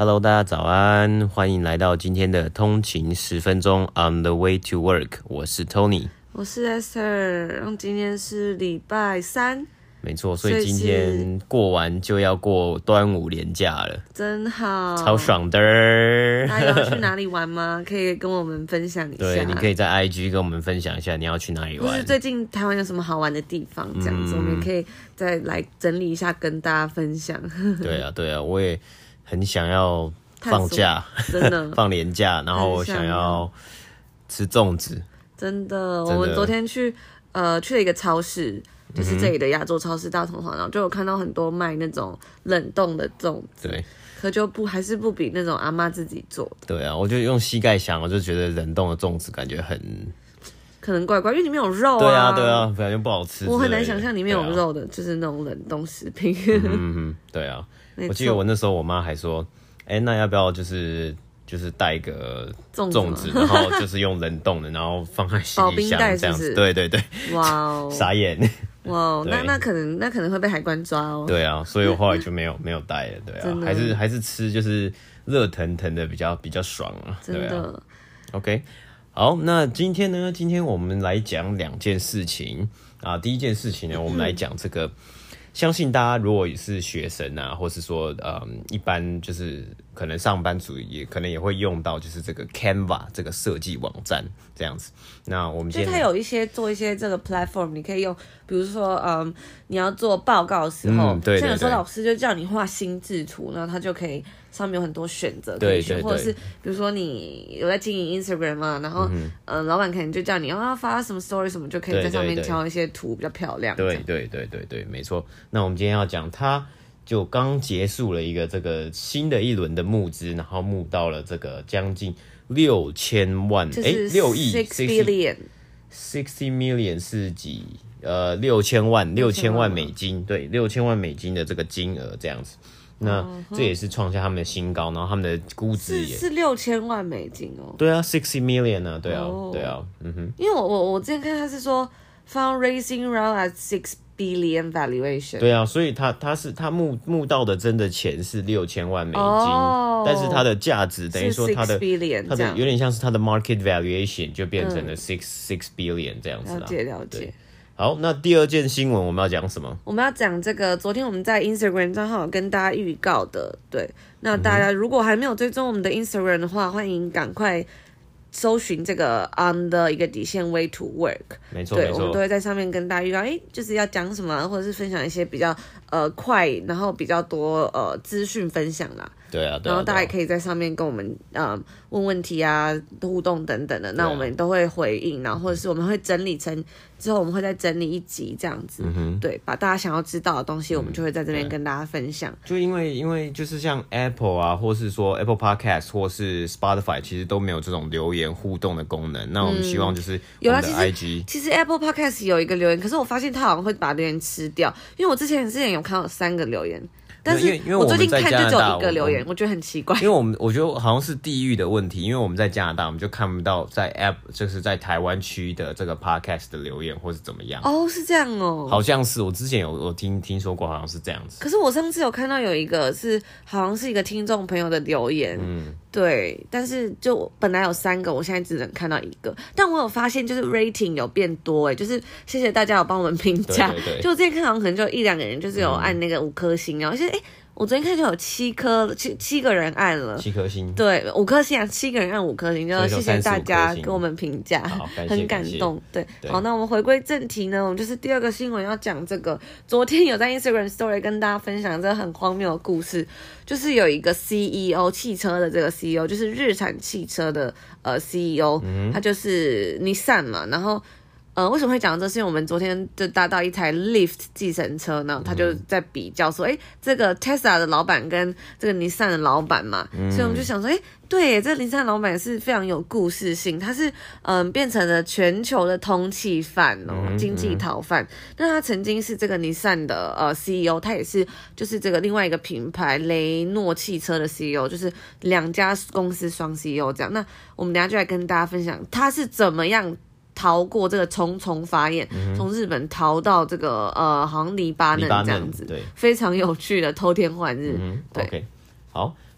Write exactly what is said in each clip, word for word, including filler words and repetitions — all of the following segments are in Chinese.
Hello， 大家早安，欢迎来到今天的通勤十分钟 On the way to work。我是 Tony， 我是 Esther。今天是礼拜三， 没错，所以今天过完就要过端午连假了， 真好， 超爽的。 大家要去哪里玩吗？可以跟我们分享一下。 对，你可以在 I G 跟我们分享一下你要去哪里玩， 或是最近台湾有什么好玩的地方，这样子、嗯、我们也可以再来整理一下，跟大家分享。对啊，对啊，我也很想要放假， 真的放年假，然后我想要吃粽子。 真的，我们昨天去呃去了一个超市，就是这里的亚洲超市大同行，然后就有看到很多卖那种冷冻的粽子。对。可就不还是不比那种阿嬷自己做的。 对啊，我就用膝盖想，我就觉得冷冻的粽子感觉很可能怪怪，因为里面有肉啊。 对啊，对啊，感觉不好吃。 我很难想象里面有肉的，啊、就是那种冷冻食品。 嗯哼，对啊。我记得我那时候我妈还说，哎、欸，那要不要就是就是带一个粽子，然后就是用冷冻的，然后放在行李箱这样子。是是对对对。哇哦！傻眼。 哇，那那可能那可能会被海关抓哦。 对啊，所以我后来就没有没有带了。对啊，还是还是吃就是热腾腾的比较比较爽啊。真的。啊、OK， 好，那今天呢？今天我们来讲两件事情啊。第一件事情呢，我们来讲这个。相信大家如果是学生啊，或是说嗯，一般就是可能上班族也可能也会用到，就是这个 Canva 这个设计网站这样子。那我们今天就它有一些做一些这个 platform， 你可以用，比如说嗯，你要做报告的时候，嗯、对对对，像有时候老师就叫你画心智图，然后他就可以上面有很多选择可以选，对对对，或者是比如说你有在经营 Instagram 嘛，然后嗯、呃，老板可能就叫你要发什么 story 什么，就可以在上面挑一些图比较漂亮。 对对对对对，没错。那我们今天要讲，它就刚结束了一个这个新的一轮的募资，然后募到了这个将近六千万，哎，六亿 six billion，sixty million 是几？呃，六千万，六千万美金，对，六千万美金的这个金额这样子。那这也是创下他们的新高，然后他们的估值也是六千万美金哦。 对啊 ，sixty million 啊，对啊，哦、对啊，嗯哼。 因为我我我之前看他是说 fundraising round at six billion valuation。 对啊，所以他他是他募募到的真的钱是六千万美金，哦、但是它的价值等于说它的它的有点像是它的 market valuation 就变成了 six、嗯、six billion 这样子啦。 了解了解。 好，那第二件新闻我们要讲什么？ 我们要讲这个，昨天我们在 Instagram 账号有跟大家预告的，对。那大家如果还没有追踪我们的 Instagram 的话，欢迎赶快搜寻这个 on 的一个底线 way to work。 没错， 对， 没错， 我们都会在上面跟大家预告，哎，就是要讲什么，或者是分享一些比较呃快，然后比较多呃资讯分享啦。 对啊，对啊， 然后大家也可以在上面跟我们呃问问题啊、互动等等的，那我们都会回应，然后或者是我们会整理成之后，我们会再整理一集这样子，嗯、对，把大家想要知道的东西，我们就会在这边跟大家分享。 就因为因为就是像 Apple 啊，或是说 Apple Podcast 或是 Spotify， 其实都没有这种留言互动的功能。那我们希望就是我们的 I G，、 嗯、其实 Apple Podcast 有一个留言，可是我发现它好像会把留言吃掉，因为我之前之前有看到三个留言。但是我最近看就只有一个留言，我觉得很奇怪。 因为我们我觉得好像是地域的问题，因为我们在加拿大，我们就看不到在 App 就是在台湾区的这个 Podcast 的留言或是怎么样。 哦，是这样哦。 好像是我之前有我听听说过，好像是这样子。 可是我上次有看到有一个是好像是一个听众朋友的留言，嗯，对，但是就本来有三个，我现在只能看到一个。但我有发现就是 rating 有变多，哎，就是谢谢大家有帮我们评价。对对对，就我之前看好像可能就一两个人就是有按那个五颗星，然后现在哎。我昨天看就有七颗七七个人按了， 七颗星， 对，五颗星啊，七个人按五颗星，就谢谢大家跟我们评价，很感动，对。对，好，那我们回归正题呢，我们就是第二个新闻要讲这个，昨天有在 Instagram Story 跟大家分享这个很荒谬的故事，就是有一个 C E O 汽车的这个 C E O， 就是日产汽车的呃 C E O，、嗯、他就是 Nissan 嘛，然后。呃，为什么会讲这？是因为我们昨天就搭到一台 Lyft 计程车呢，他就在比较说，哎、欸，这个 Tesla 的老板跟这个 Nissan 的老板嘛，嗯、所以我们就想说，哎、欸，对，这个 Nissan 老板是非常有故事性，他是嗯、呃、变成了全球的通缉犯哦，嗯、经济逃犯。那他曾经是这个 Nissan 的呃 C E O， 他也是就是这个另外一个品牌雷诺汽车的 C E O， 就是两家公司双 C E O 这样。那我们等一下就来跟大家分享他是怎么样。逃过这个重重法眼，从、嗯、日本逃到这个呃，好像黎巴嫩这样子，对，非常有趣的偷天换日。 嗯、对 ，OK， 好，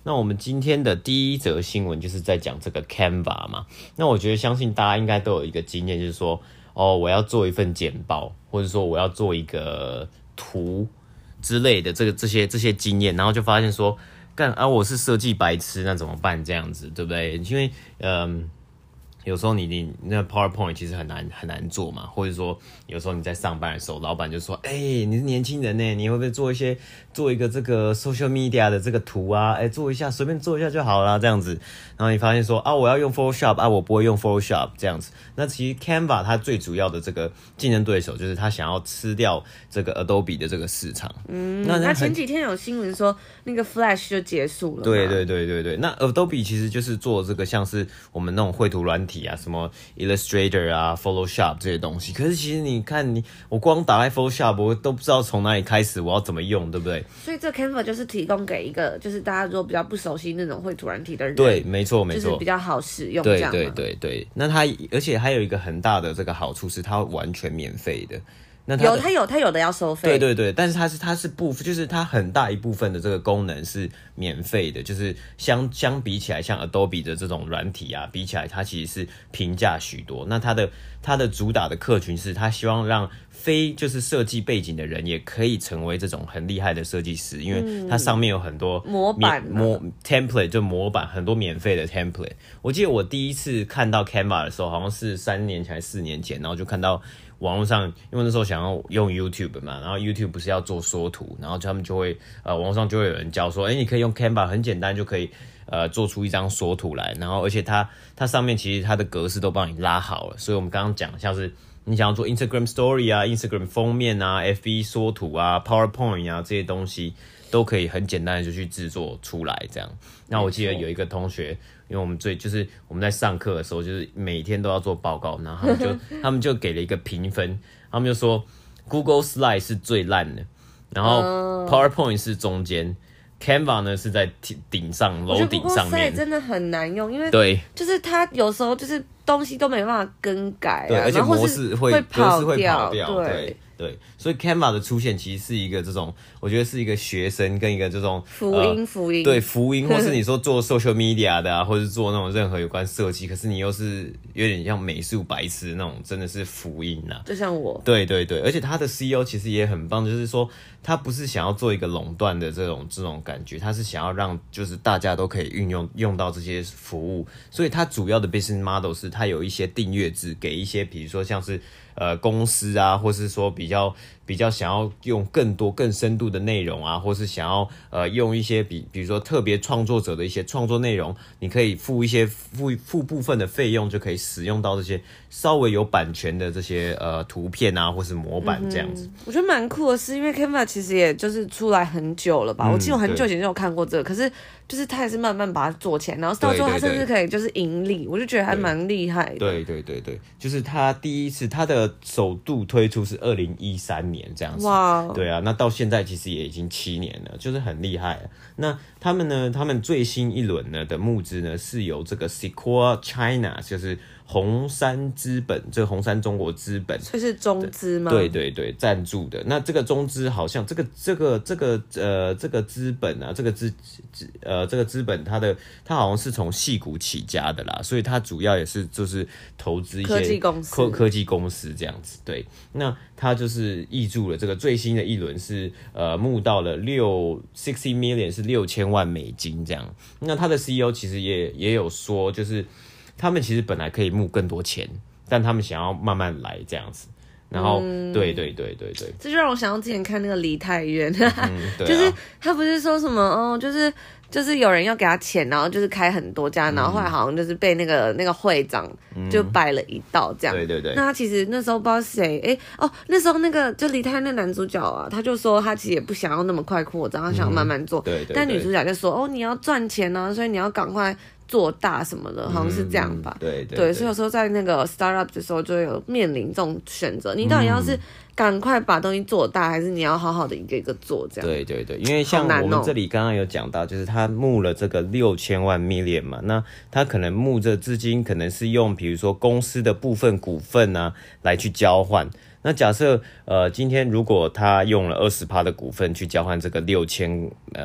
那我们今天的第一则新闻就是在讲这个 Canva 嘛。那我觉得相信大家应该都有一个经验，就是说，哦，我要做一份简报，或者说我要做一个图之类的，这个这些这些经验，然后就发现说，干啊，我是设计白痴，那怎么办？这样子，对不对？因为，嗯。有时候你你那 PowerPoint 其实很难很难做嘛，或者说有时候你在上班的时候，老板就说：“哎、欸，你是年轻人呢，你会不会做一些做一个这个 social media 的这个图啊？哎、欸，做一下，随便做一下就好啦，这样子。”然后你发现说：“啊，我要用 Photoshop 啊，我不会用 Photoshop 这样子。”那其实 Canva 它最主要的这个竞争对手就是它想要吃掉这个 Adobe 的这个市场。 嗯，那那前几天有新闻说那个 Flash 就结束了。 对对对对对，那 Adobe 其实就是做这个像是我们那种绘图软体啊，什么 Illustrator 啊 Photoshop 这些东西。可是其实你看你，我光打开 Photoshop 我都不知道从哪里开始，我要怎么用，对不对？ 所以这 Canva 就是提供给一个就是大家如果比较不熟悉那种绘图软体的人， 对，没错没错， 就是比较好使用这样。 对对对对，那它而且还有一个很大的这个好处是它完全免费的。那它有它有它有的要收费， 对对对，但是它是它是部分，就是它很大一部分的这个功能是免费的，就是相相比起来，像 Adobe 的这种软体啊，比起来它其实是平价许多。那它的它的主打的客群是，它希望让非就是设计背景的人也可以成为这种很厉害的设计师，因为它上面有很多模板模 template 就模板，很多免费的 template。我记得我第一次看到 Canva 的时候，好像是三年前还是四年前，然后就看到网络上，因为那时候想要用 YouTube 嘛，然后 YouTube 不是要做缩图，然后他们就会呃网络上就会有人教说，哎、欸，你可以用 Canva 很简单就可以呃做出一张缩图来，然后而且它它上面其实它的格式都帮你拉好了，所以我们刚刚讲像是你想要做 Instagram Story 啊、Instagram 封面啊、F B 缩图啊、PowerPoint 啊这些东西都可以很简单的就去制作出来这样。那我记得有一个同学。因为我们最就是我们在上课的时候，就是每天都要做报告，然后他们就他们就给了一个评分，他们就说 Google Slide 是最烂的，然后 PowerPoint 是中间、uh, ，Canva 呢是在顶上楼顶上面。 Google Slide 真的很难用，因为对， 就是它有时候就是东西都没办法更改、啊， 对，而且模式会会跑会跑掉， 对。 对对，所以 Canva 的出现其实是一个这种，我觉得是一个学生跟一个这种福音、呃、福音， 对福音，或是你说做 social media 的啊，或是做那种任何有关设计，可是你又是有点像美术白痴那种，真的是福音啊。 就像我， 对对对，而且他的 C E O 其实也很棒，就是说他不是想要做一个垄断的这种这种感觉，他是想要让就是大家都可以运用用到这些服务，所以他主要的 business model 是他有一些订阅制，给一些比如说像是。呃，公司啊，或是说比较比较想要用更多更深度的内容啊，或是想要呃用一些比比如说特别创作者的一些创作内容，你可以付一些付付部分的费用，就可以使用到这些稍微有版权的这些呃图片啊，或是模板这样子。 嗯、我觉得蛮酷的是，因为 Canva 其实也就是出来很久了吧，嗯、我记得我很久以前就有看过这个，可是就是他也是慢慢把它做起来，然后到最后他甚至可以就是盈利，我就觉得还蛮厉害的。 对对对对，就是他第一次他的首度推出是二零一三年这样子，哇，对啊，那到现在其实也已经七年了，就是很厉害、啊。那他们呢，他们最新一轮呢的募资呢是由这个 Sequoia China， 就是红杉资本，这个红杉中国资本， 这是中资吗？ 对对对，赞助的。那这个中资好像这个这个这个呃这个资本啊，这个资呃这个资本它的它好像是从矽谷起家的啦，所以它主要也是就是投资一些科技公司科科技公司这样子。对，那它就是挹注了这个最新的一轮是呃募到了六 sixty million 是六千万美金这样。那它的 C E O 其实也也有说，就是他们其实本来可以募更多钱，但他们想要慢慢来这样子。然后，嗯、对对对对对， 这就让我想到之前看那个梨泰院， 嗯啊、 就是他不是说什么哦，就是就是有人要给他钱，然后就是开很多家，然后后来好像就是被那个那个会长就摆了一道这样。 对对对。 那他其实那时候不知道谁，哎哦，那时候那个就梨泰院那男主角啊，他就说他其实也不想要那么快扩张，他想要慢慢做。 嗯、对, 对对。 但女主角就说哦，你要赚钱啊，所以你要赶快。做大什么的，好像是这样吧？ 嗯、对 对, 对, 对，所以有时候在那个 startup 的时候，就有面临这种选择，你到底要是赶快把东西做大，还是你要好好的一个一个做这样？ 对对对，因为像我们这里刚刚有讲到，就是他募了这个六千万 million 嘛，那他可能募这资金可能是用比如说公司的部分股份啊来去交换。那假设呃今天如果他用了 百分之二十 的股份去交换这个六千呃。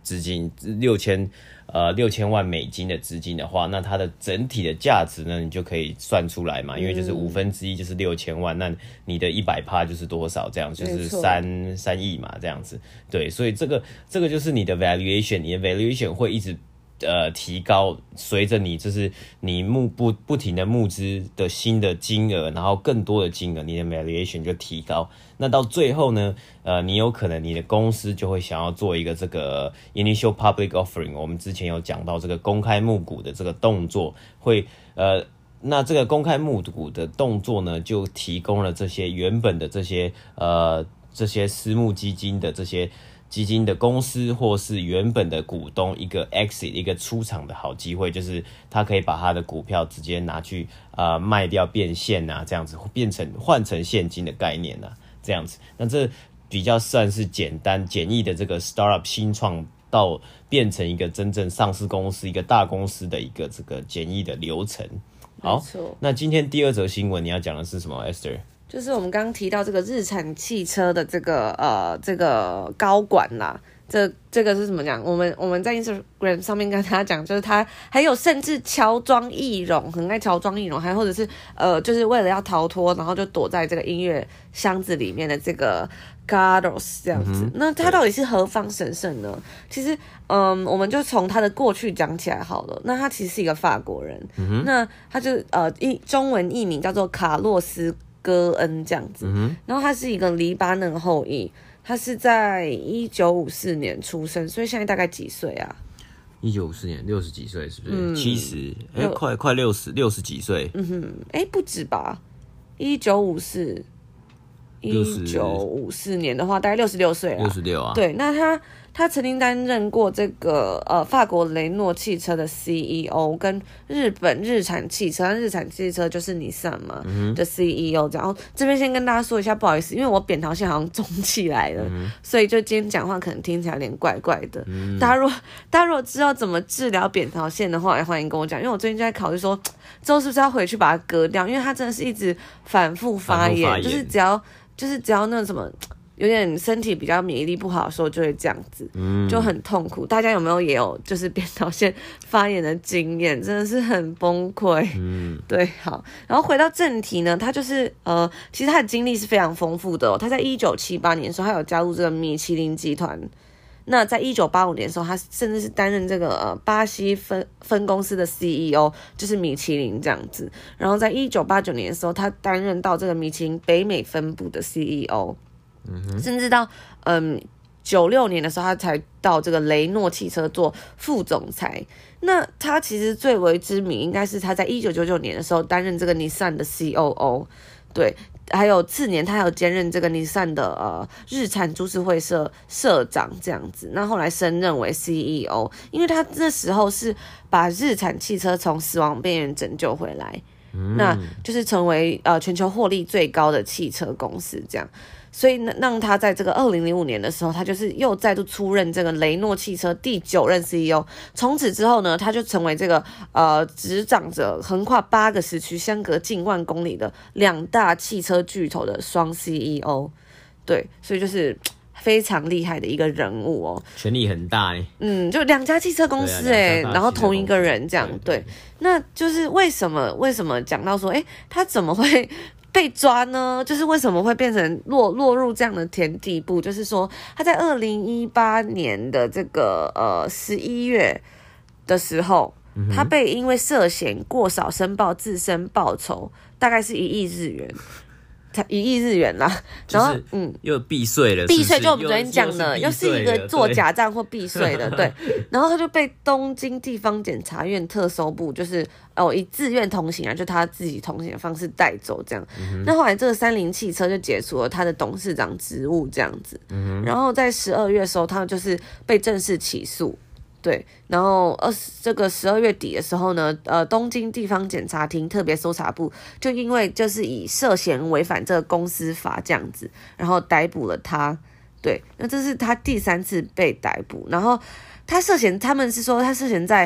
资金六千呃六千万美金的资金的话，那它的整体的价值呢，你就可以算出来嘛，因为就是五分之一就是六千万，那你的一百趴就是多少？这样就是三三亿嘛，这样子。对，所以这个这个就是你的 valuation， 你的 valuation 会一直呃提高，随着你就是你募不不停的募资的新的金额，然后更多的金额，你的 valuation 就提高。那到最后呢，呃，你有可能你的公司就会想要做一个这个 initial public offering， 我们之前有讲到这个公开募股的这个动作，会呃，那这个公开募股的动作呢，就提供了这些原本的这些呃这些私募基金的这些基金的公司或是原本的股东一个 exit 一个出场的好机会，就是他可以把他的股票直接拿去呃卖掉变现啊，这样子变成换成现金的概念啊。这样子，那这比较算是简单简易的这个 startup 新创到变成一个真正上市公司、一个大公司的一个这个简易的流程。好，那今天第二则新闻你要讲的是什么 ，Esther？ 就是我们刚刚提到这个日产汽车的这个呃这个高管啦。这这个是怎么讲？我们我们在 Instagram 上面跟他讲，就是他还有甚至乔装易容，很爱乔装易容，还或者是呃，就是为了要逃脱，然后就躲在这个音乐箱子里面的这个 Gardos 这样子。嗯、那他到底是何方神圣呢？其实，嗯，我们就从他的过去讲起来好了。那他其实是一个法国人，嗯、那他就呃译中文译名叫做卡洛斯戈恩这样子。嗯、然后他是一个黎巴嫩后裔。他是在一九五四年出生，所以现在大概几岁啊？ 一九五四年六十几岁是不是？七十，哎，快快六十六十几岁。 嗯哼，哎，不止吧？一九五四，一九五四年的话，大概六十六岁了。 六十六啊？ 对，那他他曾经担任过这个呃法国雷诺汽车的 C E O， 跟日本日产汽车，日产汽车就是尼桑嘛、嗯、的 C E O。然后这边先跟大家说一下，不好意思，因为我扁桃腺好像肿起来了，嗯、所以就今天讲话可能听起来有点怪怪的。嗯、大家如果大家如果知道怎么治疗扁桃腺的话，也欢迎跟我讲，因为我最近就在考虑说，之后是不是要回去把它割掉，因为它真的是一直反复发炎，发炎就是只要就是只要那什么。有点身体比较免疫力不好的时候就会这样子，嗯、就很痛苦。大家有没有也有就是扁桃腺发炎的经验？真的是很崩溃。嗯，对，好。然后回到正题呢，他就是呃，其实他的经历是非常丰富的哦。他在一九七八年的时候，他有加入这个米其林集团。那在一九八五年的时候，他甚至是担任这个呃巴西分分公司的 C E O， 就是米其林这样子。然后在一九八九年的时候，他担任到这个米其林北美分部的 C E O。嗯、甚至到嗯九六年的时候，他才到这个雷诺汽车做副总裁。那他其实最为知名，应该是他在一九九九年的时候担任这个尼桑的 C O O， 对，还有次年他还有兼任这个尼桑的呃日产株式会社社长这样子。那后来升任为 C E O， 因为他那时候是把日产汽车从死亡边缘拯救回来，嗯、那就是成为呃全球获利最高的汽车公司这样。所以让他在这个二零零五年的时候，他就是又再度出任这个雷诺汽车第九任 C E O。从此之后呢，他就成为这个呃执掌着横跨八个时区、相隔近万公里的两大汽车巨头的双 C E O。对，所以就是非常厉害的一个人物哦， 权力很大哎。 嗯，就两家汽车公司哎，然后同一个人这样。对，对那就是为什么为什么讲到说，哎，他怎么会？被抓呢，就是为什么会变成落落入这样的田地步？就是说，他在二零一八年的这个呃十一月的时候，嗯、他被因为涉嫌过少申报自身报酬，大概是一亿日元。才一亿日元啦，然后嗯， 又避税了， 避税就我们昨天讲的，又是一个做假账或避税的，对。然后他就被东京地方检察院特搜部，就是哦以自愿同行啊，就他自己同行的方式带走这样。嗯、那后来这个三菱汽车就解除了他的董事长职务这样子。嗯、然后在十二月的时候，他就是被正式起诉。对，然后二十这个十二月底的时候呢，呃，东京地方检察厅特别搜查部就因为就是以涉嫌违反这个公司法这样子，然后逮捕了他。对，那这是他第三次被逮捕，然后他涉嫌，他们是说他涉嫌在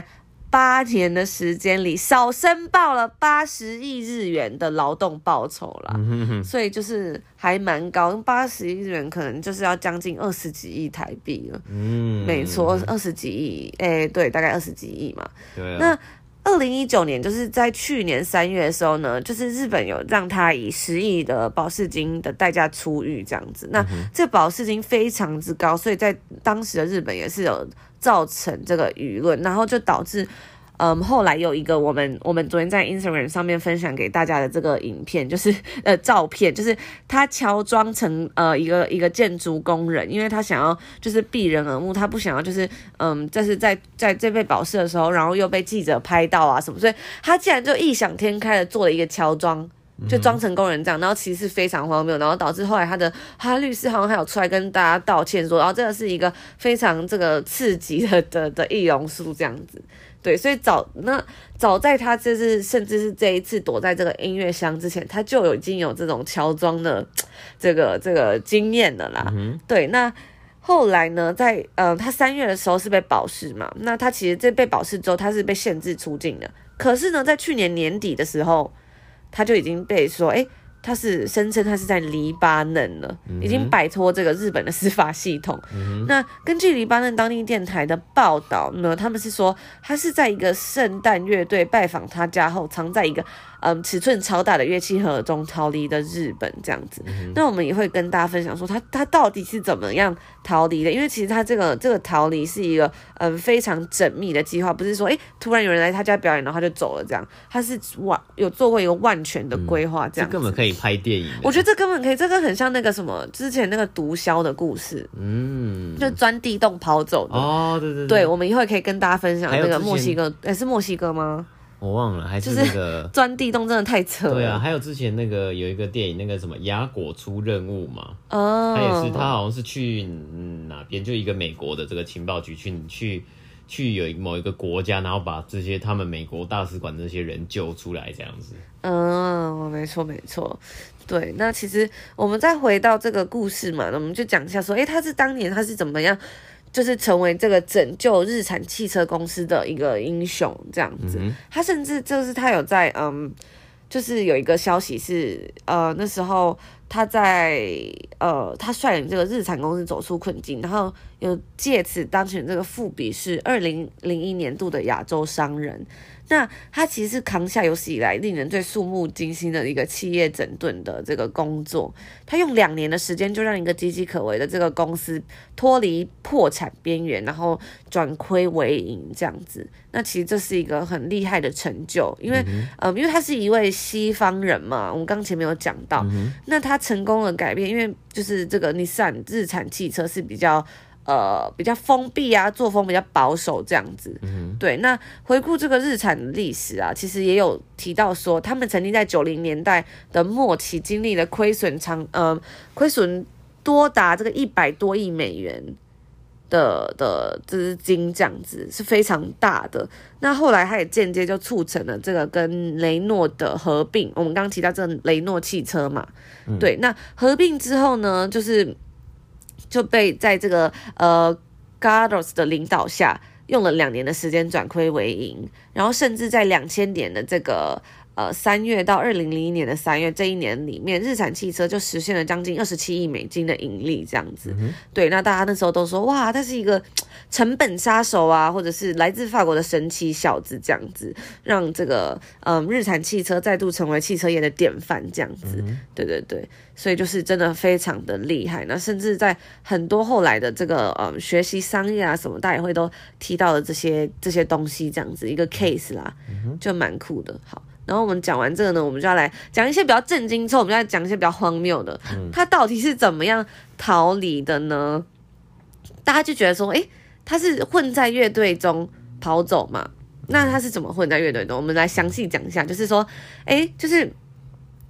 八年的时间里，少申报了八十亿日元的劳动报酬啦，嗯、所以就是还蛮高，八十亿日元可能就是要将近二十几亿台币了。嗯，没错，二十几亿，哎、欸，对，大概二十几亿嘛。 对、啊。 那二零一九年，就是在去年三月的时候呢，就是日本有让他以十亿的保释金的代价出狱这样子。那这保释金非常之高，所以在当时的日本也是有造成这个舆论，然后就导致。嗯，后来有一个我们我们昨天在 Instagram 上面分享给大家的这个影片，就是呃照片，就是他乔装成呃一个一个建筑工人，因为他想要就是避人耳目，他不想要就是嗯，这是在在这被保释的时候，然后又被记者拍到啊什么，所以他竟然就异想天开的做了一个乔装。就装成工人这样，然后其实是非常荒谬，然后导致后来他的他律师好像还有出来跟大家道歉说，然后这个是一个非常这个刺激的的的易容术这样子，对，所以早那早在他这是甚至是这一次躲在这个音乐箱之前，他就有已经有这种乔装的这个这个经验了啦，嗯、对，那。后来呢，在呃，他三月的时候是被保释嘛，那他其实这被保释之后，他是被限制出境的。可是呢，在去年年底的时候，他就已经被说，哎，他是声称他是在黎巴嫩了，嗯、已经摆脱这个日本的司法系统。嗯、那根据黎巴嫩当地电台的报道呢，他们是说他是在一个圣诞乐队拜访他家后，藏在一个嗯尺寸超大的乐器盒中逃离的日本这样子。嗯、那我们也会跟大家分享说他他到底是怎么样逃离的，因为其实他这个这个逃离是一个嗯非常缜密的计划，不是说哎突然有人来他家表演然后他就走了这样，他是万有做过一个万全的规划这样子。 嗯、这根本可以拍电影。 我觉得这根本可以，这个很像那个什么之前那个毒枭的故事，嗯，就钻地洞跑走的。 哦，对对对， 对，我们以后也可以跟大家分享那个墨西哥，哎，是墨西哥吗？ 我忘了，还是那个钻地洞真的太扯了。 对啊，还有之前那个有一个电影，那个什么雅果出任务嘛，哦，他也是，他好像是去、嗯、哪边，就一个美国的这个情报局去去去有某一个国家，然后把这些他们美国大使馆的这些人救出来，这样子。 嗯，没错没错。对，那其实我们再回到这个故事嘛，我们就讲一下说，哎，他是当年他是怎么样。就是成为这个拯救日产汽车公司的一个英雄这样子，嗯、他甚至就是他有在嗯，就是有一个消息是呃那时候他在呃他率领这个日产公司走出困境，然后有借此当选这个富比士二零零一年度的亚洲商人。那他其实是扛下有史以来令人最触目惊心的一个企业整顿的这个工作，他用两年的时间就让一个岌岌可危的这个公司脱离破产边缘，然后转亏为盈这样子。那其实这是一个很厉害的成就，因为、嗯呃、因为他是一位西方人嘛，我们刚前面有讲到、嗯，那他成功的改变，因为就是这个日产日产汽车是比较。呃，比较封闭啊，作风比较保守这样子。嗯、对，那回顾这个日产的历史啊，其实也有提到说，他们曾经在九零年代的末期经历了亏损长，呃，亏损多达这个一百多亿美元的的资金，这样子是非常大的。那后来它也间接就促成了这个跟雷诺的合并。我们刚刚提到这个雷诺汽车嘛，嗯、对，那合并之后呢，就是。就被在这个呃 Carlos 的领导下，用了两年的时间转亏为盈，然后甚至在两千年的这个呃三月到二零零一年的三月这一年里面，日产汽车就实现了将近二十七亿美金的盈利，这样子。嗯、对，那大家那时候都说哇，他是一个成本杀手啊，或者是来自法国的神奇小子这样子，让这个嗯日产汽车再度成为汽车业的典范这样子。嗯、对对对。所以就是真的非常的厉害，那甚至在很多后来的这个呃学习商业啊什么，大家也会都提到了这些这些东西，这样子一个 case 啦，嗯、就蛮酷的。好，然后我们讲完这个呢，我们就要来讲一些比较震惊之后，我们就要讲一些比较荒谬的，嗯、他到底是怎么样逃离的呢？大家就觉得说，诶，他是混在乐队中跑走嘛？那他是怎么混在乐队中？我们来详细讲一下，就是说，诶，就是。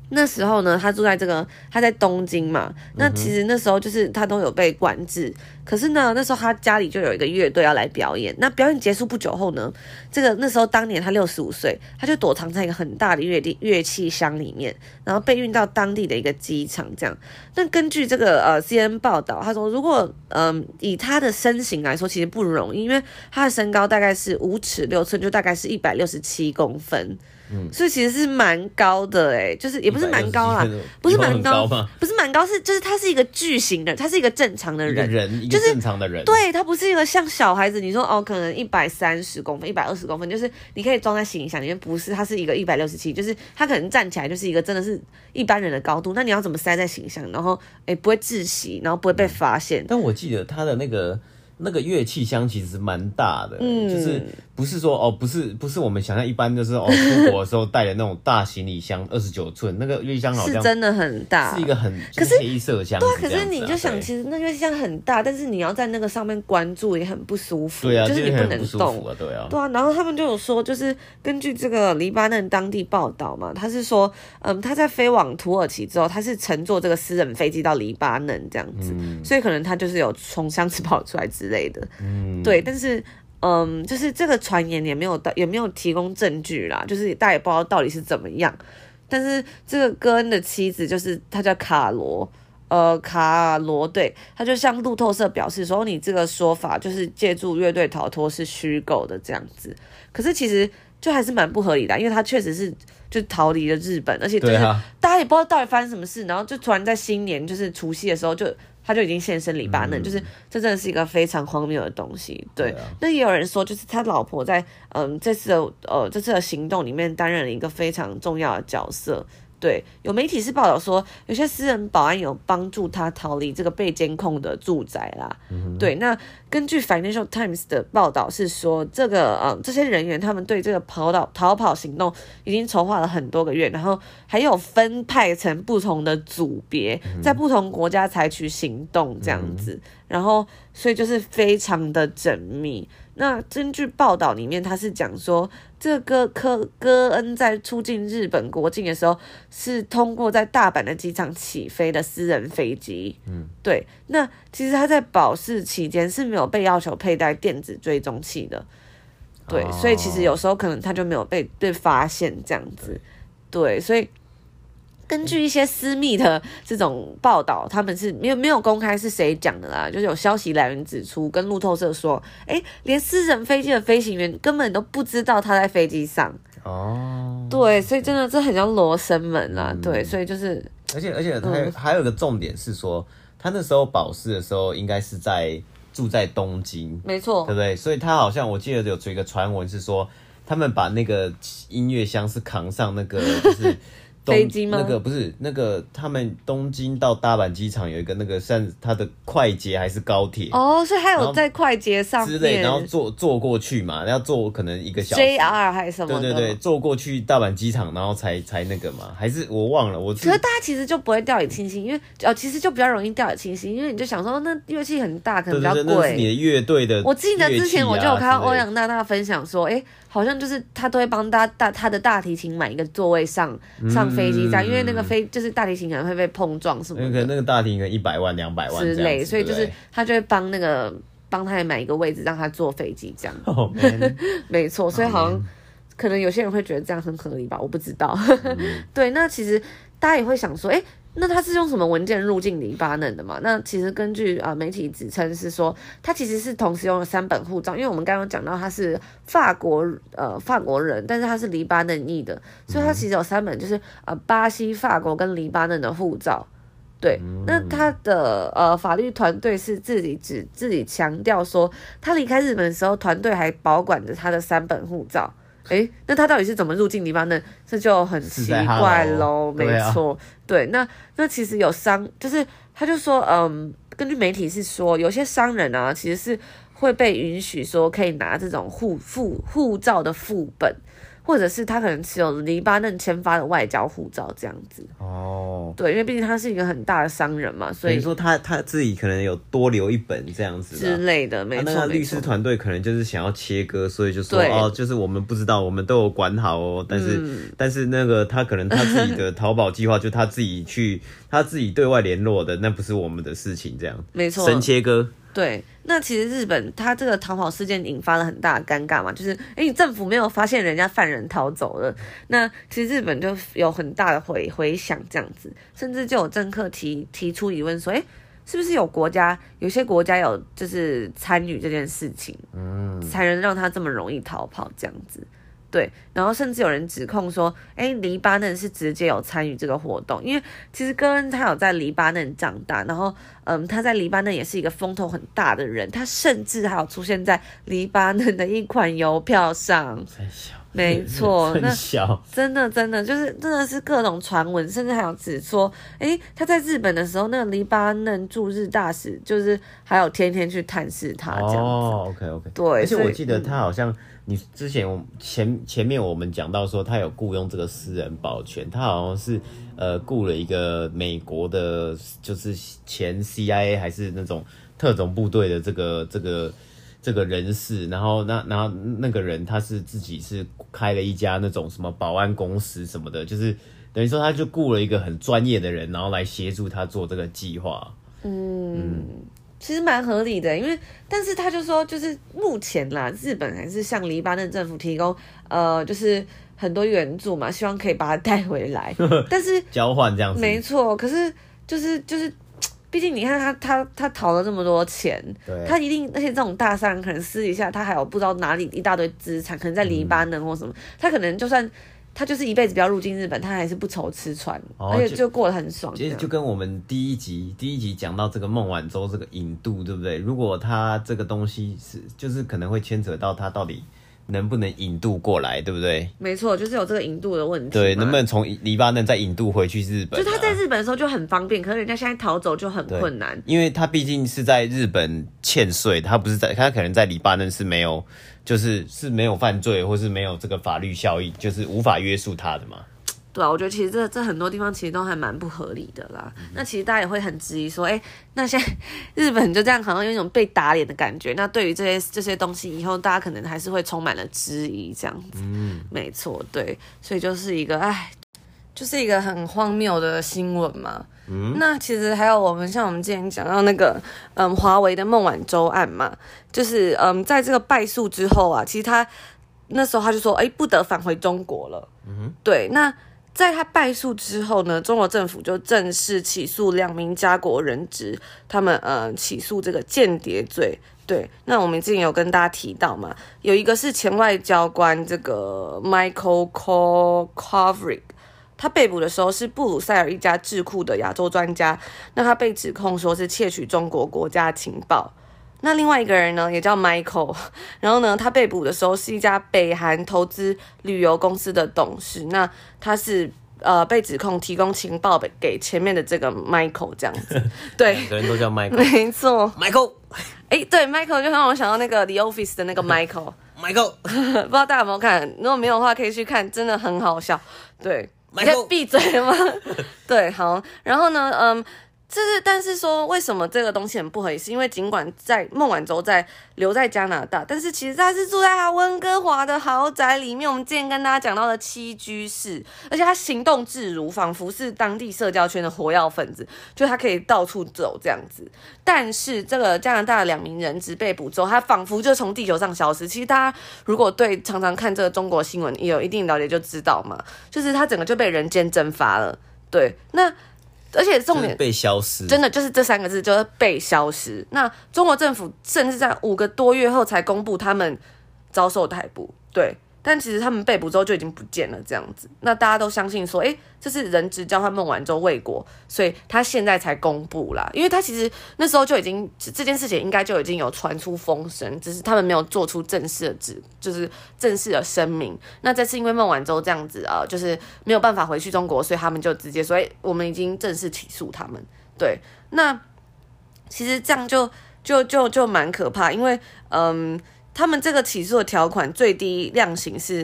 那时候呢，他住在这个他在东京嘛，那其实那时候就是他都有被管制，可是呢，那时候他家里就有一个乐队要来表演。那表演结束不久后呢，这个那时候当年他六十五岁，他就躲藏在一个很大的乐器乐器箱里面，然后被运到当地的一个机场这样。那根据这个呃 C N N 报道，他说如果嗯、呃、以他的身形来说，其实不容易，因为他的身高大概是五尺六寸，就大概是一百六十七公分。嗯，所以其实是蛮高的哎、欸，就是也不是蛮高啦，不是蛮高，不是蛮高，是就是他是一个巨型的，他是一个正常的人， 人一个正常的人， 就是、对他不是一个像小孩子，你说哦，可能一百三十公分、一百二十公分，就是你可以装在行李箱里面，不是，他是一个一百六十七，就是他可能站起来就是一个真的是一般人的高度，那你要怎么塞在行李箱，然后哎不会窒息，然后不会被发现？ 但我记得他的那个。那个乐器箱其实蛮大的、欸嗯，就是不是说哦，不是不是我们想象一般就是哦，出国的时候带的那种大行李箱，二十九寸那个乐器箱好像是真的很大， 是一个很就是黑色箱子、啊。 对，可是你就想，其实那乐器箱很大，但是你要在那个上面关注也很不舒服， 对啊， 就是你不能动， 啊对啊， 对啊。然后他们就有说，就是根据这个黎巴嫩当地报道嘛，他是说，嗯，他在飞往土耳其之后，他是乘坐这个私人飞机到黎巴嫩这样子，嗯、所以可能他就是有从箱子跑出来之类的，嗯。对，但是，嗯，就是这个传言也没有也没有提供证据啦，就是大家也不知道到底是怎么样。但是这个戈恩的妻子就是他叫卡罗，呃，卡罗对，他就向路透社表示说，你这个说法就是借助乐队逃脱是虚构的这样子。可是其实就还是蛮不合理的，因为他确实是就逃离了日本，而且就是大家也不知道到底发生什么事，然后就突然在新年就是除夕的时候就。他就已经现身黎巴嫩、嗯，就是这真的是一个非常荒谬的东西。对，对啊、那也有人说，就是他老婆在嗯这次的呃这次的行动里面担任了一个非常重要的角色。对，有媒体是报道说，有些私人保安有帮助他逃离这个被监控的住宅啦。嗯、对，那根据 Financial Times 的报道是说，这个呃这些人员他们对这个跑岛逃跑行动已经筹划了很多个月，然后还有分派成不同的组别，嗯、在不同国家采取行动这样子，嗯、然后所以就是非常的缜密。那根据报道里面，他是讲说，这个科戈恩在出境日本国境的时候，是通过在大阪的机场起飞的私人飞机。嗯，对。那其实他在保释期间是没有被要求佩戴电子追踪器的，对，哦、所以其实有时候可能他就没有被被发现这样子，对，所以。根据一些私密的这种报道，他们是没有没有公开是谁讲的啦，就是有消息来源指出，跟路透社说，哎，连私人飞机的飞行员根本都不知道他在飞机上。哦，对，所以真的这很像罗生门啦，嗯、对，所以就是， 而且而且还有、嗯、还有一个重点是说，他那时候保释的时候应该是在住在东京， 没错， 对不对？所以他好像我记得有一个传闻是说，他们把那个音乐箱是扛上那个就是。 飞机吗？ 那个不是那个，他们东京到大阪机场有一个那个像它的快捷还是高铁哦，所以还有在快捷上面之类，然后坐坐过去嘛，要坐可能一个小时 J R 还是什么的， 对对对，坐过去大阪机场，然后才才那个嘛，还是我忘了，我可是大家其实就不会掉以轻心，因为哦，其实就比较容易掉以轻心，因为你就想说那乐器很大，可能比较贵， 对对对，那是你的乐队的、啊。 我记得之前我就有看到欧阳娜娜分享说，哎。好像就是他都会帮大大他的大提琴买一个座位上上飞机站、嗯，因为那个飞就是大提琴可能会被碰撞什么的， 那个那个大提琴可能一百万两百万之类， 所以就是他就会帮那个帮他买一个位置让他坐飞机这样。 Oh, 没错，所以好像可能有些人会觉得这样很合理吧，我不知道。嗯、对，那其实大家也会想说，哎。那他是用什么文件入境黎巴嫩的嘛？那其实根据呃媒体指称是说，他其实是同时用了三本护照，因为我们刚刚讲到他是法国呃法国人，但是他是黎巴嫩裔的，所以他其实有三本，就是呃巴西、法国跟黎巴嫩的护照。对，那他的呃法律团队是自己指自己强调说，他离开日本的时候，团队还保管着他的三本护照。哎，那他到底是怎么入境黎巴嫩？这就很奇怪咯。没错，对，那那其实有商，就是他就说，嗯，根据媒体是说，有些商人啊，其实是会被允许说可以拿这种护护护照的副本， 或者是他可能持有黎巴嫩签发的外交护照这样子。哦，对，因为毕竟他是一个很大的商人嘛，所以你说他他自己可能有多留一本这样子之类的，没错。 那个律师团队可能就是想要切割，所以就说哦，就是我们不知道，我们都有管好哦，但是、嗯、但是那个他可能他自己的逃跑计划就他自己去他自己对外联络的，那不是我们的事情，这样没错， 神切割。 对，那其实日本它这个逃跑事件引发了很大的尴尬嘛，就是哎，你政府没有发现人家犯人逃走了，那其实日本就有很大的回回响这样子，甚至就有政客提提出疑问说，哎，是不是有国家有些国家有就是参与这件事情，嗯，才能让他这么容易逃跑这样子。对，然后甚至有人指控说，哎，黎巴嫩是直接有参与这个活动，因为其实戈恩他有在黎巴嫩长大，然后，嗯，他在黎巴嫩也是一个风头很大的人，他甚至还有出现在黎巴嫩的一款邮票上，没错，那真的真的就是真的是各种传闻，甚至还有指说，哎，他在日本的时候，那个黎巴嫩驻日大使就是还有天天去探视他这样子。 哦 ，OK OK， 对， 而且我记得他好像。你之前前前面我们讲到说他有雇佣这个私人保全，他好像是呃雇了一个美国的，就是前 C I A 还是那种特种部队的这个这个这个人士，然后那然后那个人他是自己是开了一家那种什么保安公司什么的，就是等于说他就雇了一个很专业的人，然后来协助他做这个计划。嗯。嗯其实蛮合理的，因为但是他就说，就是目前啦，日本还是向黎巴嫩政府提供呃，就是很多援助嘛，希望可以把他带回来。但是交换这样子， 没错。可是就是就是，毕竟你看他他他逃了这么多钱，他一定，而且这种大商人可能私底下他还有不知道哪里一大堆资产，可能在黎巴嫩或什么，嗯、他可能就算。他就是一辈子不要入境日本，他还是不愁吃穿，哦、而且就过得很爽。 其实就跟我们第一集第一集讲到这个孟晚舟这个引渡，对不对？如果他这个东西是，就是可能会牵扯到他到底能不能引渡过来，对不对？ 没错，就是有这个引渡的问题。 对，能不能从黎巴嫩再引渡回去日本、啊？ 就他在日本的时候就很方便，可是人家现在逃走就很困难， 因为他毕竟是在日本欠税，他不是在，他可能在黎巴嫩是没有。就是是没有犯罪，或是没有这个法律效益，就是无法约束他的嘛。 对啊，我觉得其实这这很多地方其实都还蛮不合理的啦。嗯、那其实大家也会很质疑说，哎、欸，那现在日本就这样好像有一种被打脸的感觉。那对于这些这些东西，以后大家可能还是会充满了质疑，这样子。嗯，没错，对，所以就是一个哎，就是一个很荒谬的新闻嘛。嗯，那其实还有我们像我们之前讲到那个嗯华为的孟晚舟案嘛，就是嗯在这个败诉之后啊，其实他那时候他就说，哎，不得返回中国了。嗯，对，那在他败诉之后呢，中国政府就正式起诉两名家国人质，他们呃起诉这个间谍罪。对，那我们之前有跟大家提到嘛，有一个是前外交官这个 Michael Kovrig。他被捕的时候是布鲁塞尔一家智库的亚洲专家，那他被指控说是窃取中国国家情报。那另外一个人呢，也叫 Michael， 然后呢，他被捕的时候是一家北韩投资旅游公司的董事，那他是呃被指控提供情报给前面的这个 Michael 这样子。对， 两个人都叫 Michael， 没错 ，Michael。 哎，对 ，Michael 就让我想到那个 The Office 的那个 Michael。 Michael， 不知道大家有没有看？如果没有的话，可以去看，真的很好笑。对。你可以闭嘴吗？对，好，然后呢，嗯，这是，但是说为什么这个东西很不合理，是因为尽管在孟晚舟在留在加拿大，但是其实他是住在他温哥华的豪宅里面，我们之前跟大家讲到的七居室，而且他行动自如，仿佛是当地社交圈的活跃分子，就他可以到处走这样子。但是这个加拿大的两名人质被捕之后，他仿佛就从地球上消失。其实大家如果对常常看这个中国新闻也有一定了解，就知道嘛，就是他整个就被人间蒸发了。对，那而且重点、就是、 被消失， 真的就是这三个字，就是被消失。那中国政府甚至在五个多月后才公布他们遭受逮捕，对。但其实他们被捕之后就已经不见了，这样子。那大家都相信说，哎，这是人质交换孟晚舟未果，所以他现在才公布啦。因为他其实那时候就已经这件事情应该就已经有传出风声，只是他们没有做出正式的指，就是正式的声明。那这次因为孟晚舟这样子啊、呃，就是没有办法回去中国，所以他们就直接说，哎，我们已经正式起诉他们。对，那其实这样就就就就蛮可怕，因为嗯。他们这个起诉的条款最低量刑是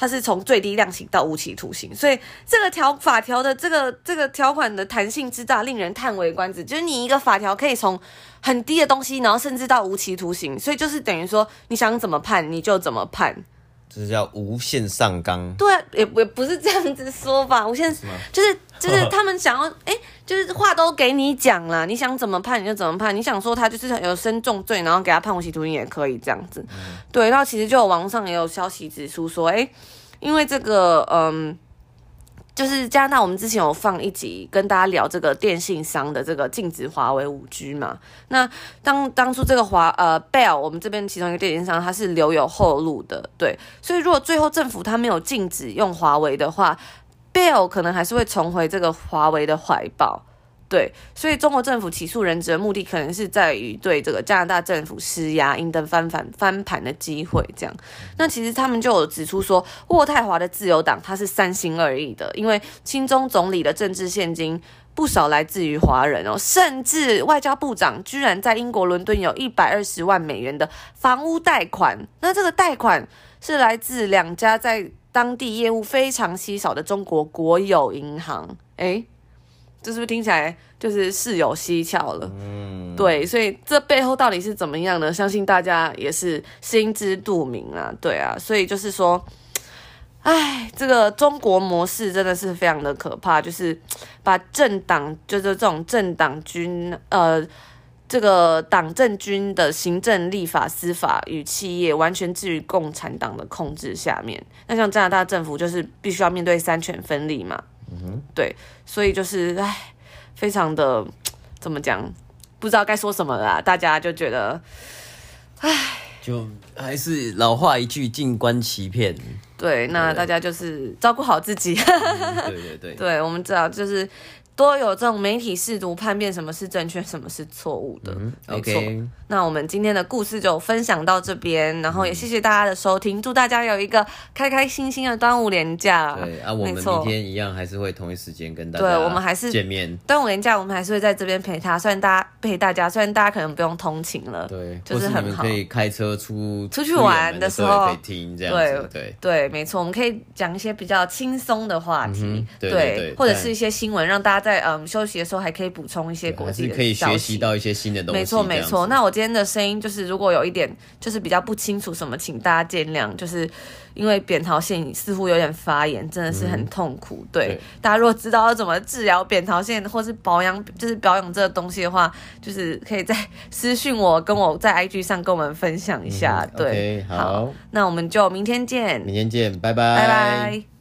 它是从最低量刑到无期徒刑，所以这个条法条的这个这个条款的弹性之大，令人叹为观止。就是你一个法条可以从很低的东西，然后甚至到无期徒刑，所以就是等于说你想怎么判你就怎么判。 这叫无限上纲。 对啊，也也不是这样子说吧，无限就是就是他们想要哎、欸，就是话都给你讲了，你想怎么判你就怎么判，你想说他就是有身重罪，然后给他判无期徒刑也可以这样子。嗯、对，然后其实就有网上也有消息指出说，哎、欸，因为这个嗯。就是加拿大，我们之前有放一集跟大家聊这个电信商的这个禁止华为 五 G 嘛。那当当初这个华呃 Bell 我们这边其中一个电信商，它是留有后路的，对。所以如果最后政府它没有禁止用华为的话 ，Bell 可能还是会重回这个华为的怀抱。对，所以中国政府起诉人质的目的可能是在于对这个加拿大政府施压，赢得翻盘翻盘的机会。这样，那其实他们就有指出说，渥太华的自由党它是三心二意的，因为亲中总理的政治现金不少来自于华人哦，甚至外交部长居然在英国伦敦有一百二十万美元的房屋贷款，那这个贷款是来自两家在当地业务非常稀少的中国国有银行，诶。这是不是听起来就是事有蹊跷了？嗯，对，所以这背后到底是怎么样呢？相信大家也是心知肚明啊，对啊，所以就是说，哎，这个中国模式真的是非常的可怕，就是把政党，就是这种政党军，呃，这个党政军的行政、立法、司法与企业完全置于共产党的控制下面。那像加拿大政府就是必须要面对三权分立嘛。嗯、对，所以就是唉，非常的怎么讲，不知道该说什么啦。大家就觉得，唉， 就还是老话一句，静观其变。 对，那大家就是照顾好自己。 嗯、对对对， 对，我们知道就是多有这种媒体试图判别什么是正确，什么是错误的。嗯、没错。Okay. 那我们今天的故事就分享到这边，然后也谢谢大家的收听，祝大家有一个开开心心的端午连假。 对啊，我们明天一样还是会同一时间跟大家对，我们还是见面。 端午连假我们还是会在这边陪他，虽然大家陪大家，虽然大家可能不用通勤了， 对， 就是很好。 或是你们可以开车出出去玩的时候可以听这样子，对对对，没错，我们可以讲一些比较轻松的话题， 嗯、对, 对, 对, 对， 或者是一些新闻，让大家在嗯休息的时候还可以补充一些国际的消息， 还是可以学习到一些新的东西。 没错没错。那我今天的声音就是。如果有一点就是比较不清楚什么，请大家见谅，就是因为扁桃腺似乎有点发炎，真的是很痛苦。嗯、对, 对，大家如果知道要怎么治疗扁桃腺或是保养，就是保养这个东西的话，就是可以在私讯我，跟我在 I G 上跟我们分享一下。嗯、对， okay, 好， 好，那我们就明天见， 明天见，拜拜， 拜拜。